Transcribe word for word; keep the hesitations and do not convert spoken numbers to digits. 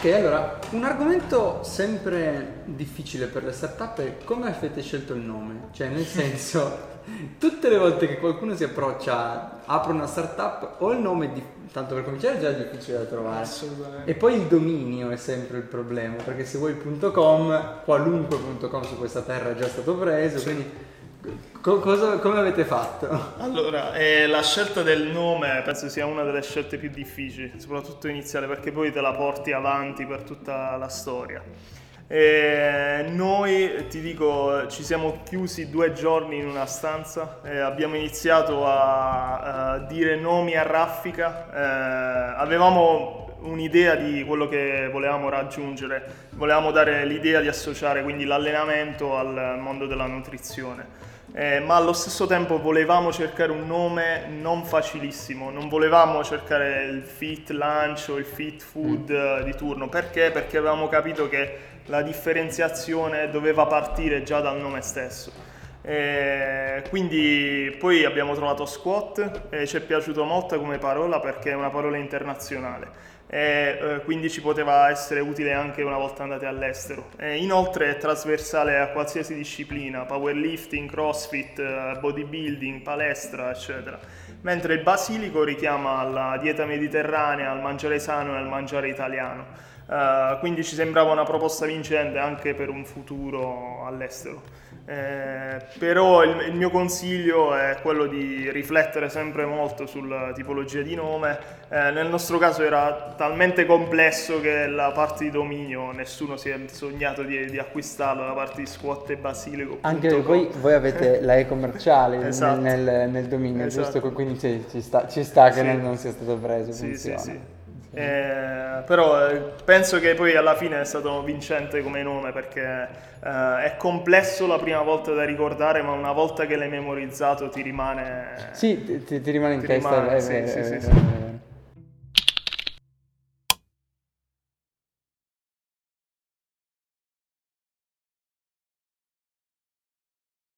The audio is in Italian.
Ok, allora, un argomento sempre difficile per le startup è come avete scelto il nome. Cioè, nel senso, tutte le volte che qualcuno si approccia, apre una startup, o il nome, di, tanto per cominciare, è già difficile da trovare. Assolutamente. E poi il dominio è sempre il problema, perché se vuoi .com, qualunque .com su questa terra è già stato preso, sì. Quindi co- cosa, come avete fatto? Allora, eh, la scelta del nome penso sia una delle scelte più difficili, soprattutto iniziale, perché poi te la porti avanti per tutta la storia. E noi, ti dico, ci siamo chiusi due giorni in una stanza e abbiamo iniziato a, a dire nomi a raffica. Eh, avevamo un'idea di quello che volevamo raggiungere, volevamo dare l'idea di associare quindi l'allenamento al mondo della nutrizione. Eh, ma allo stesso tempo volevamo cercare un nome non facilissimo, non volevamo cercare il fit lunch o il fit food mm. di turno. Perché? Perché avevamo capito che la differenziazione doveva partire già dal nome stesso. Eh, quindi poi abbiamo trovato squat e ci è piaciuto molto come parola perché è una parola internazionale. E eh, quindi ci poteva essere utile anche una volta andati all'estero. E inoltre è trasversale a qualsiasi disciplina, powerlifting, crossfit, bodybuilding, palestra, eccetera. Mentre il basilico richiama alla dieta mediterranea, al mangiare sano e al mangiare italiano. Uh, quindi ci sembrava una proposta vincente anche per un futuro all'estero. Eh, però il, il mio consiglio è quello di riflettere sempre molto sulla tipologia di nome. Eh, nel nostro caso era talmente complesso che la parte di dominio nessuno si è sognato di, di acquistarla, la parte di squat e basilico. Anche perché poi voi avete la e commerciale esatto. nel, nel, nel dominio, esatto. giusto? Quindi ci, ci, sta, ci sta che sì. non, non sia stato preso. Sì, funziona. sì, sì. Eh, però eh, penso che poi alla fine è stato vincente come nome perché eh, è complesso la prima volta da ricordare, ma una volta che l'hai memorizzato ti rimane sì ti, ti rimane in ti testa rimane, è, sì, è, sì, è, sì, è, sì.